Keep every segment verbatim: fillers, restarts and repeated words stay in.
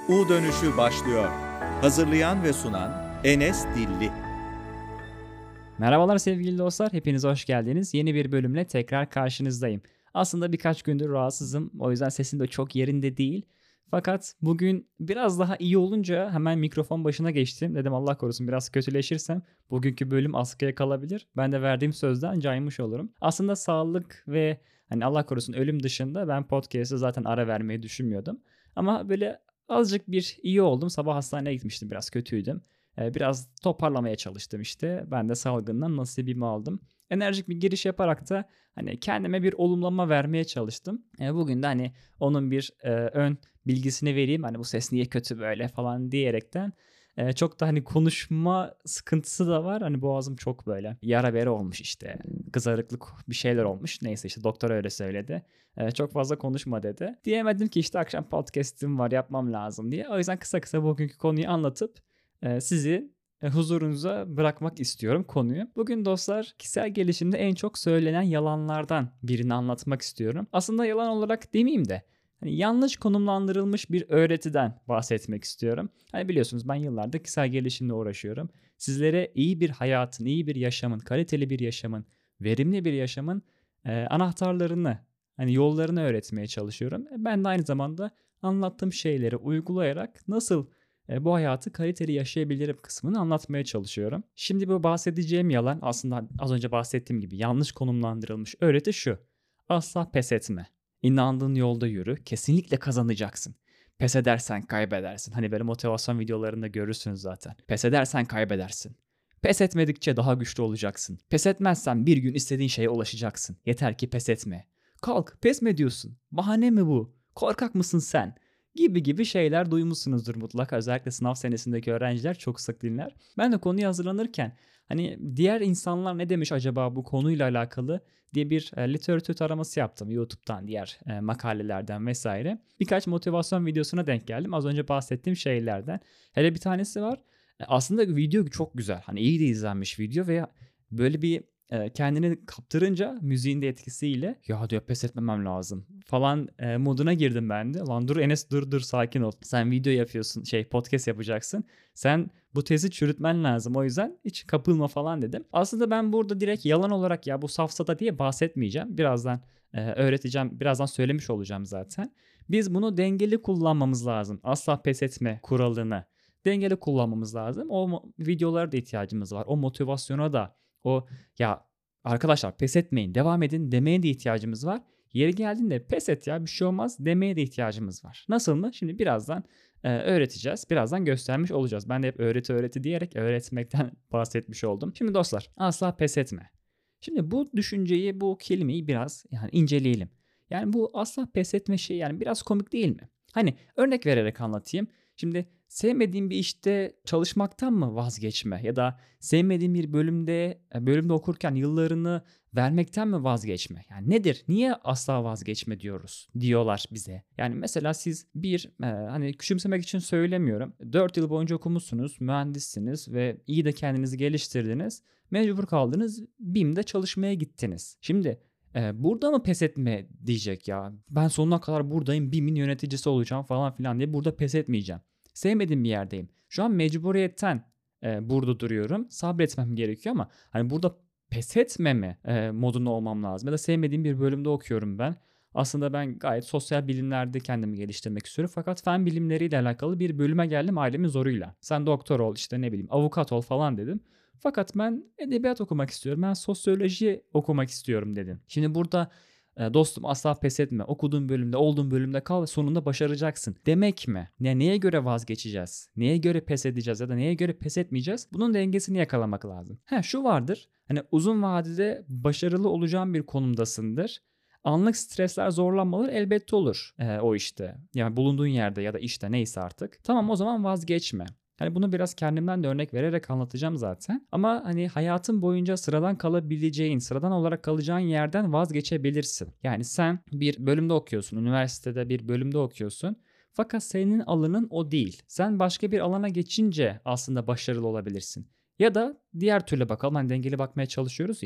U dönüşü başlıyor. Hazırlayan ve sunan Enes Dilli. Merhabalar sevgili dostlar, hepiniz hoş geldiniz. Yeni bir bölümle tekrar karşınızdayım. Aslında birkaç gündür rahatsızım, o yüzden sesim de çok yerinde değil. Fakat bugün biraz daha iyi olunca hemen mikrofon başına geçtim. Dedim Allah korusun biraz kötüleşirsem bugünkü bölüm askıya kalabilir. Ben de verdiğim sözden caymış olurum. Aslında sağlık ve hani Allah korusun ölüm dışında ben podcast'a zaten ara vermeyi düşünmüyordum. Ama böyle azıcık bir iyi oldum. Sabah hastaneye gitmiştim, biraz kötüydüm. Ee, Biraz toparlamaya çalıştım işte. Ben de salgından nasibimi aldım. Enerjik bir giriş yaparak da hani kendime bir olumlama vermeye çalıştım. Ee, Bugün de hani onun bir e, ön bilgisini vereyim. Hani bu ses niye kötü böyle falan diyerekten. E, çok da hani konuşma sıkıntısı da var. Hani boğazım çok böyle yara bere olmuş işte. Kızarıklık bir şeyler olmuş. Neyse işte doktor öyle söyledi. E, çok fazla konuşma dedi. Diyemedim ki işte akşam podcast'im var, yapmam lazım diye. O yüzden kısa kısa bugünkü konuyu anlatıp e, sizi e, huzurunuza bırakmak istiyorum konuyu. Bugün dostlar kişisel gelişimde en çok söylenen yalanlardan birini anlatmak istiyorum. Aslında yalan olarak demeyeyim de hani yanlış konumlandırılmış bir öğretiden bahsetmek istiyorum. Hani biliyorsunuz ben yıllardır kişisel gelişimle uğraşıyorum. Sizlere iyi bir hayatın, iyi bir yaşamın, kaliteli bir yaşamın, verimli bir yaşamın e, anahtarlarını, hani yollarını öğretmeye çalışıyorum. E, Ben de aynı zamanda anlattığım şeyleri uygulayarak nasıl e, bu hayatı kaliteli yaşayabilirim kısmını anlatmaya çalışıyorum. Şimdi bu bahsedeceğim yalan aslında az önce bahsettiğim gibi yanlış konumlandırılmış öğreti şu: asla pes etme. İnandığın yolda yürü. Kesinlikle kazanacaksın. Pes edersen kaybedersin. Hani böyle motivasyon videolarında görürsünüz zaten. Pes edersen kaybedersin. Pes etmedikçe daha güçlü olacaksın. Pes etmezsen bir gün istediğin şeye ulaşacaksın. Yeter ki pes etme. Kalk, pes mi ediyorsun? Bahane mi bu? Korkak mısın sen? Gibi gibi şeyler duymuşsunuzdur mutlaka. Özellikle sınav senesindeki öğrenciler çok sık dinler. Ben de konuya hazırlanırken hani diğer insanlar ne demiş acaba bu konuyla alakalı diye bir e, literatür taraması yaptım YouTube'dan, diğer e, makalelerden vesaire. Birkaç motivasyon videosuna denk geldim. Az önce bahsettiğim şeylerden. Hele bir tanesi var. E, aslında video çok güzel. Hani iyi de izlenmiş video ve böyle bir e, kendini kaptırınca müziğin de etkisiyle ya diyor pes etmemem lazım falan e, moduna girdim ben de. Lan dur Enes, dur dur sakin ol. Sen video yapıyorsun, şey podcast yapacaksın. Sen bu tezi çürütmen lazım, o yüzden hiç kapılma falan dedim. Aslında ben burada direkt yalan olarak ya bu safsata diye bahsetmeyeceğim. Birazdan e, öğreteceğim, birazdan söylemiş olacağım zaten. Biz bunu dengeli kullanmamız lazım. Asla pes etme kuralını dengeli kullanmamız lazım. O mo- videolara da ihtiyacımız var. O motivasyona da, o ya arkadaşlar pes etmeyin, devam edin demeye de ihtiyacımız var. Yeri geldiğinde pes et ya bir şey olmaz demeye de ihtiyacımız var. Nasıl mı? Şimdi birazdan e, öğreteceğiz. Birazdan göstermiş olacağız. Ben de hep öğreti öğreti diyerek öğretmekten bahsetmiş oldum. Şimdi dostlar asla pes etme. Şimdi bu düşünceyi, bu kelimeyi biraz yani inceleyelim. Yani bu asla pes etme şeyi yani biraz komik değil mi? Hani örnek vererek anlatayım. Şimdi sevmediğin bir işte çalışmaktan mı vazgeçme ya da sevmediğin bir bölümde bölümde okurken yıllarını vermekten mi vazgeçme? Yani nedir? Niye asla vazgeçme diyoruz? Diyorlar bize. Yani mesela siz bir e, hani küçümsemek için söylemiyorum. dört yıl boyunca okumuşsunuz, mühendissiniz ve iyi de kendinizi geliştirdiniz. Mecbur kaldınız, BİM'de çalışmaya gittiniz. Şimdi e, burada mı pes etme diyecek ya. Ben sonuna kadar buradayım, BİM'in yöneticisi olacağım falan filan diye burada pes etmeyeceğim. Sevmediğim bir yerdeyim. Şu an mecburiyetten e, burada duruyorum. Sabretmem gerekiyor ama hani burada pes etmeme e, modunda olmam lazım. Ya da sevmediğim bir bölümde okuyorum ben. Aslında ben gayet sosyal bilimlerde kendimi geliştirmek istiyorum. Fakat fen bilimleriyle alakalı bir bölüme geldim ailemin zoruyla. Sen doktor ol, işte ne bileyim avukat ol falan dedim. Fakat ben edebiyat okumak istiyorum. Ben sosyoloji okumak istiyorum dedim. Şimdi burada e, dostum asla pes etme. Okuduğun bölümde, olduğun bölümde kal ve sonunda başaracaksın demek mi? Ne, neye göre vazgeçeceğiz? Neye göre pes edeceğiz ya da neye göre pes etmeyeceğiz? Bunun dengesini yakalamak lazım. Ha şu vardır. Hani uzun vadede başarılı olacağın bir konumdasındır. Anlık stresler, zorlanmalar elbette olur e, o işte. Yani bulunduğun yerde ya da işte neyse artık. Tamam, o zaman vazgeçme. Hani bunu biraz kendimden de örnek vererek anlatacağım zaten. Ama hani hayatın boyunca sıradan kalabileceğin, sıradan olarak kalacağın yerden vazgeçebilirsin. Yani sen bir bölümde okuyorsun, üniversitede bir bölümde okuyorsun. Fakat senin alanın o değil. Sen başka bir alana geçince aslında başarılı olabilirsin. Ya da diğer türlü bakalım, hani dengeli bakmaya çalışıyoruz ya.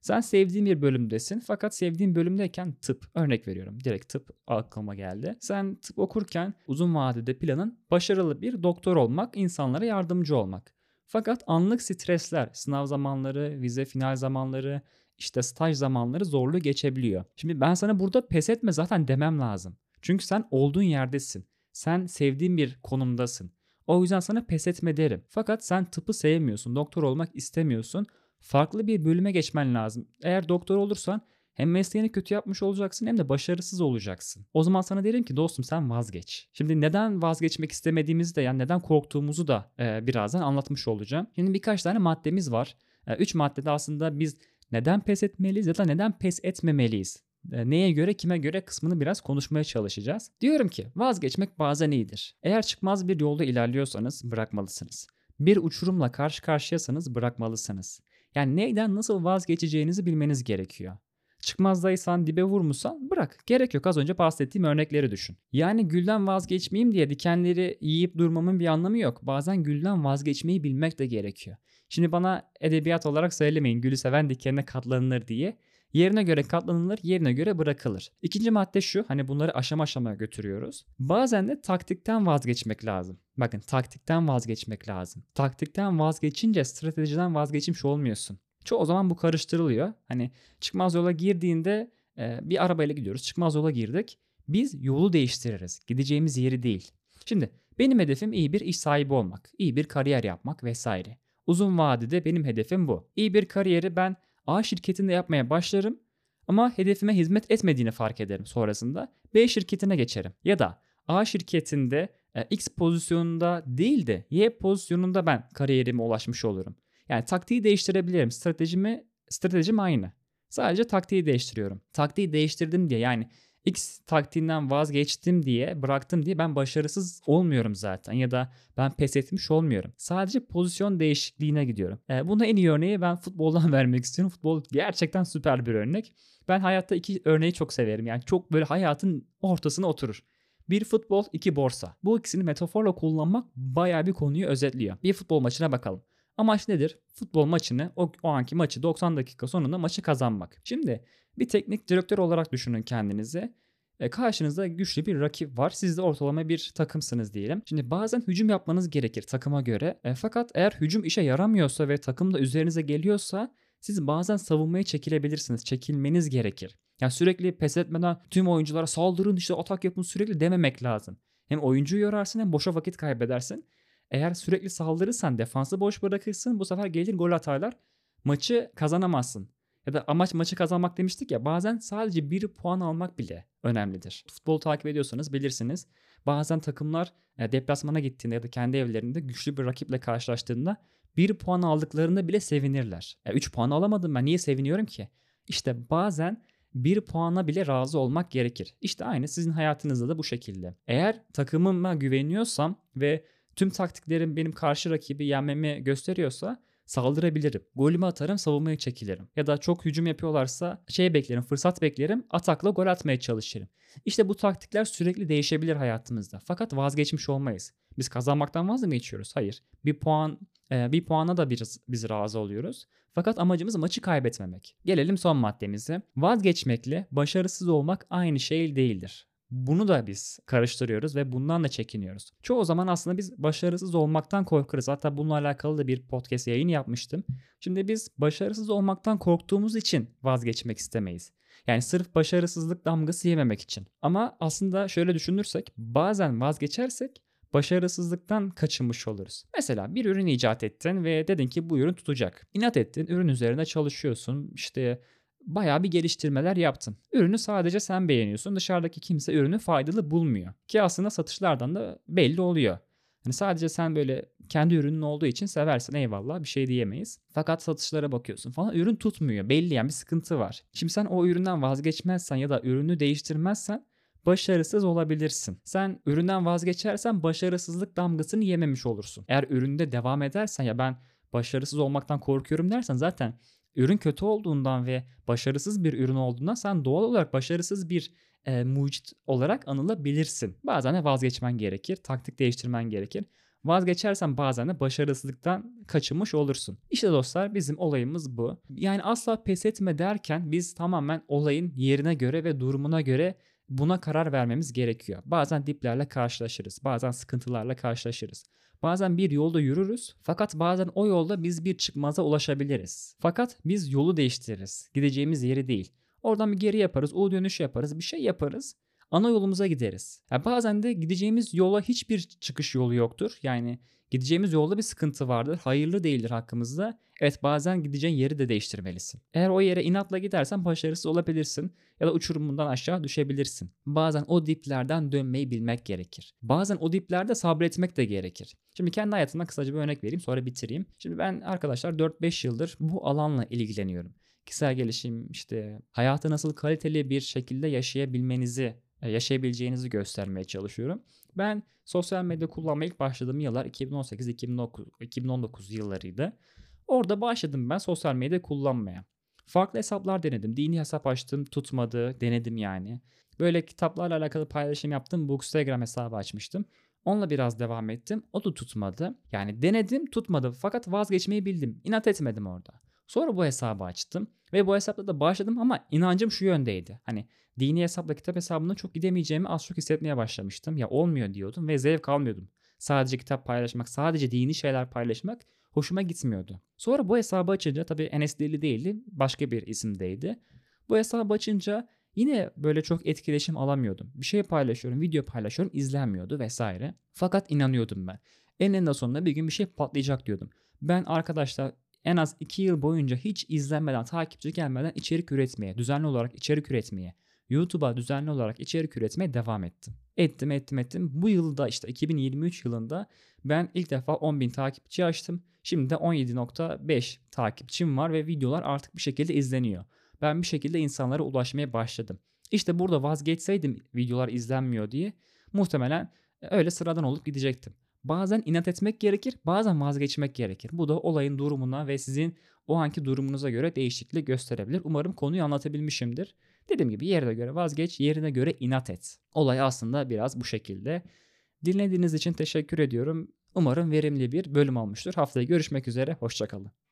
Sen sevdiğin bir bölümdesin fakat sevdiğin bölümdeyken tıp, örnek veriyorum, direkt tıp aklıma geldi. Sen tıp okurken uzun vadede planın başarılı bir doktor olmak, insanlara yardımcı olmak. Fakat anlık stresler, sınav zamanları, vize final zamanları, işte staj zamanları zorlu geçebiliyor. Şimdi ben sana burada pes etme zaten demem lazım. Çünkü sen olduğun yerdesin. Sen sevdiğin bir konumdasın. O yüzden sana pes etme derim. Fakat sen tıpı sevmiyorsun, doktor olmak istemiyorsun. Farklı bir bölüme geçmen lazım. Eğer doktor olursan hem mesleğini kötü yapmış olacaksın hem de başarısız olacaksın. O zaman sana derim ki dostum sen vazgeç. Şimdi neden vazgeçmek istemediğimizi de, yani neden korktuğumuzu da e, birazdan anlatmış olacağım. Şimdi birkaç tane maddemiz var. E, üç maddede aslında biz neden pes etmeliyiz ya da neden pes etmemeliyiz? E, neye göre, kime göre kısmını biraz konuşmaya çalışacağız. Diyorum ki vazgeçmek bazen iyidir. Eğer çıkmaz bir yolda ilerliyorsanız bırakmalısınız. Bir uçurumla karşı karşıyasanız bırakmalısınız. Yani neyden nasıl vazgeçeceğinizi bilmeniz gerekiyor. Çıkmazdaysan, dibe vurmuşsan bırak. Gerek yok, az önce bahsettiğim örnekleri düşün. Yani gülden vazgeçmeyeyim diye dikenleri yiyip durmamın bir anlamı yok. Bazen gülden vazgeçmeyi bilmek de gerekiyor. Şimdi bana edebiyat olarak söylemeyin gülü seven dikenine katlanılır diye. Yerine göre katlanılır, yerine göre bırakılır. İkinci madde şu, hani bunları aşama aşama götürüyoruz. Bazen de taktikten vazgeçmek lazım. Bakın, taktikten vazgeçmek lazım. Taktikten vazgeçince stratejiden vazgeçmiş olmuyorsun. Çoğu zaman bu karıştırılıyor. Hani çıkmaz yola girdiğinde e, bir arabayla gidiyoruz. Çıkmaz yola girdik. Biz yolu değiştiririz. Gideceğimiz yeri değil. Şimdi benim hedefim iyi bir iş sahibi olmak. İyi bir kariyer yapmak vesaire. Uzun vadede benim hedefim bu. İyi bir kariyeri ben A şirketinde yapmaya başlarım. Ama hedefime hizmet etmediğini fark ederim sonrasında. B şirketine geçerim. Ya da A şirketinde e, X pozisyonunda değil de Y pozisyonunda ben kariyerime ulaşmış olurum. Yani taktiği değiştirebilirim. Stratejimi, stratejim aynı. Sadece taktiği değiştiriyorum. Taktiği değiştirdim diye, yani X taktiğinden vazgeçtim diye, bıraktım diye ben başarısız olmuyorum zaten. Ya da ben pes etmiş olmuyorum. Sadece pozisyon değişikliğine gidiyorum. E, buna en iyi örneği ben futboldan vermek istiyorum. Futbol gerçekten süper bir örnek. Ben hayatta iki örneği çok severim. Yani çok böyle hayatın ortasına oturur. Bir futbol, iki borsa. Bu ikisini metaforla kullanmak bayağı bir konuyu özetliyor. Bir futbol maçına bakalım. Amaç nedir? Futbol maçını, o, o anki maçı doksan dakika sonunda maçı kazanmak. Şimdi bir teknik direktör olarak düşünün kendinizi. E, karşınızda güçlü bir rakip var. Siz de ortalama bir takımsınız diyelim. Şimdi bazen hücum yapmanız gerekir takıma göre. E, fakat eğer hücum işe yaramıyorsa ve takım da üzerinize geliyorsa siz bazen savunmaya çekilebilirsiniz. Çekilmeniz gerekir. Yani sürekli pes etmeden tüm oyunculara saldırın, işte atak yapın sürekli dememek lazım. Hem oyuncuyu yorarsın hem boşa vakit kaybedersin. Eğer sürekli saldırırsan, defansı boş bırakırsın, bu sefer gelir gol atarlar. Maçı kazanamazsın. Ya da amaç maçı kazanmak demiştik ya, bazen sadece bir puan almak bile önemlidir. Futbol takip ediyorsanız bilirsiniz. Bazen takımlar deplasmana gittiğinde ya da kendi evlerinde güçlü bir rakiple karşılaştığında bir puan aldıklarında bile sevinirler. üç puan alamadım, ben niye seviniyorum ki? İşte bazen bir puana bile razı olmak gerekir. İşte aynı sizin hayatınızda da bu şekilde. Eğer takımıma güveniyorsam ve tüm taktiklerim benim karşı rakibi yenmemi gösteriyorsa saldırabilirim. Golümü atarım, savunmaya çekilirim. Ya da çok hücum yapıyorlarsa şey beklerim, fırsat beklerim, atakla gol atmaya çalışırım. İşte bu taktikler sürekli değişebilir hayatımızda. Fakat vazgeçmiş olmayız. Biz kazanmaktan vaz mı geçiyoruz? Hayır. Bir puan bir puana da biz, biz razı oluyoruz. Fakat amacımız maçı kaybetmemek. Gelelim son maddemize. Vazgeçmekle başarısız olmak aynı şey değildir. Bunu da biz karıştırıyoruz ve bundan da çekiniyoruz. Çoğu zaman aslında biz başarısız olmaktan korkarız. Hatta bununla alakalı da bir podcast yayını yapmıştım. Şimdi biz başarısız olmaktan korktuğumuz için vazgeçmek istemeyiz. Yani sırf başarısızlık damgası yememek için. Ama aslında şöyle düşünürsek, bazen vazgeçersek başarısızlıktan kaçınmış oluruz. Mesela bir ürün icat ettin ve dedin ki bu ürün tutacak. İnat ettin, ürün üzerine çalışıyorsun. İşte bayağı bir geliştirmeler yaptın. Ürünü sadece sen beğeniyorsun. Dışarıdaki kimse ürünü faydalı bulmuyor. Ki aslında satışlardan da belli oluyor. Hani sadece sen böyle kendi ürünün olduğu için seversin, eyvallah, bir şey diyemeyiz. Fakat satışlara bakıyorsun falan, ürün tutmuyor. Belli, yani bir sıkıntı var. Şimdi sen o üründen vazgeçmezsen ya da ürünü değiştirmezsen başarısız olabilirsin. Sen üründen vazgeçersen başarısızlık damgasını yememiş olursun. Eğer üründe devam edersen, ya ben başarısız olmaktan korkuyorum dersen, zaten ürün kötü olduğundan ve başarısız bir ürün olduğundan sen doğal olarak başarısız bir e, mucit olarak anılabilirsin. Bazen de vazgeçmen gerekir, taktik değiştirmen gerekir. Vazgeçersen bazen de başarısızlıktan kaçınmış olursun. İşte dostlar bizim olayımız bu. Yani asla pes etme derken biz tamamen olayın yerine göre ve durumuna göre buna karar vermemiz gerekiyor. Bazen diplerle karşılaşırız, bazen sıkıntılarla karşılaşırız. Bazen bir yolda yürürüz fakat bazen o yolda biz bir çıkmaza ulaşabiliriz. Fakat biz yolu değiştiririz, gideceğimiz yeri değil. Oradan bir geri yaparız, U dönüş yaparız, bir şey yaparız. Ana yolumuza gideriz. Yani bazen de gideceğimiz yola hiçbir çıkış yolu yoktur. Yani gideceğimiz yolda bir sıkıntı vardır. Hayırlı değildir hakkımızda. Evet, bazen gideceğin yeri de değiştirmelisin. Eğer o yere inatla gidersen başarısız olabilirsin ya da uçurumundan aşağı düşebilirsin. Bazen o diplerden dönmeyi bilmek gerekir. Bazen o diplerde sabretmek de gerekir. Şimdi kendi hayatımdan kısaca bir örnek vereyim, sonra bitireyim. Şimdi ben arkadaşlar dört beş yıldır bu alanla ilgileniyorum. Kişisel gelişim, işte hayatı nasıl kaliteli bir şekilde yaşayabilmenizi yaşayabileceğinizi göstermeye çalışıyorum. Ben sosyal medya kullanmaya ilk başladığım yıllar iki bin on sekiz iki bin on dokuz yıllarıydı. Orada başladım ben sosyal medya kullanmaya. Farklı hesaplar denedim. Dini hesap açtım, tutmadı, denedim yani. Böyle kitaplarla alakalı paylaşım yaptım. Bookstagram hesabı açmıştım. Onunla biraz devam ettim. O da tutmadı. Yani denedim, tutmadı. Fakat vazgeçmeyi bildim. İnat etmedim orada. Sonra bu hesabı açtım ve bu hesapla da başladım ama inancım şu yöndeydi. Hani dini hesapla kitap hesabına çok gidemeyeceğimi az çok hissetmeye başlamıştım. Ya olmuyor diyordum ve zevk almıyordum. Sadece kitap paylaşmak, sadece dini şeyler paylaşmak hoşuma gitmiyordu. Sonra bu hesabı açınca, tabii Enes Dilli değildi, başka bir isimdeydi. Bu hesabı açınca yine böyle çok etkileşim alamıyordum. Bir şey paylaşıyorum, video paylaşıyorum, izlenmiyordu vesaire. Fakat inanıyordum ben. Eninde sonunda bir gün bir şey patlayacak diyordum. Ben arkadaşlar en az iki yıl boyunca hiç izlenmeden, takipçi gelmeden içerik üretmeye, düzenli olarak içerik üretmeye, YouTube'a düzenli olarak içerik üretmeye devam ettim. Ettim, ettim, ettim. Bu yılda işte iki bin yirmi üç yılında ben ilk defa on bin takipçi açtım. Şimdi de on yedi nokta beş takipçim var ve videolar artık bir şekilde izleniyor. Ben bir şekilde insanlara ulaşmaya başladım. İşte burada vazgeçseydim videolar izlenmiyor diye muhtemelen öyle sıradan olup gidecektim. Bazen inat etmek gerekir, bazen vazgeçmek gerekir. Bu da olayın durumuna ve sizin o anki durumunuza göre değişiklik gösterebilir. Umarım konuyu anlatabilmişimdir. Dediğim gibi yerine göre vazgeç, yerine göre inat et. Olay aslında biraz bu şekilde. Dinlediğiniz için teşekkür ediyorum. Umarım verimli bir bölüm olmuştur. Haftaya görüşmek üzere, hoşça kalın.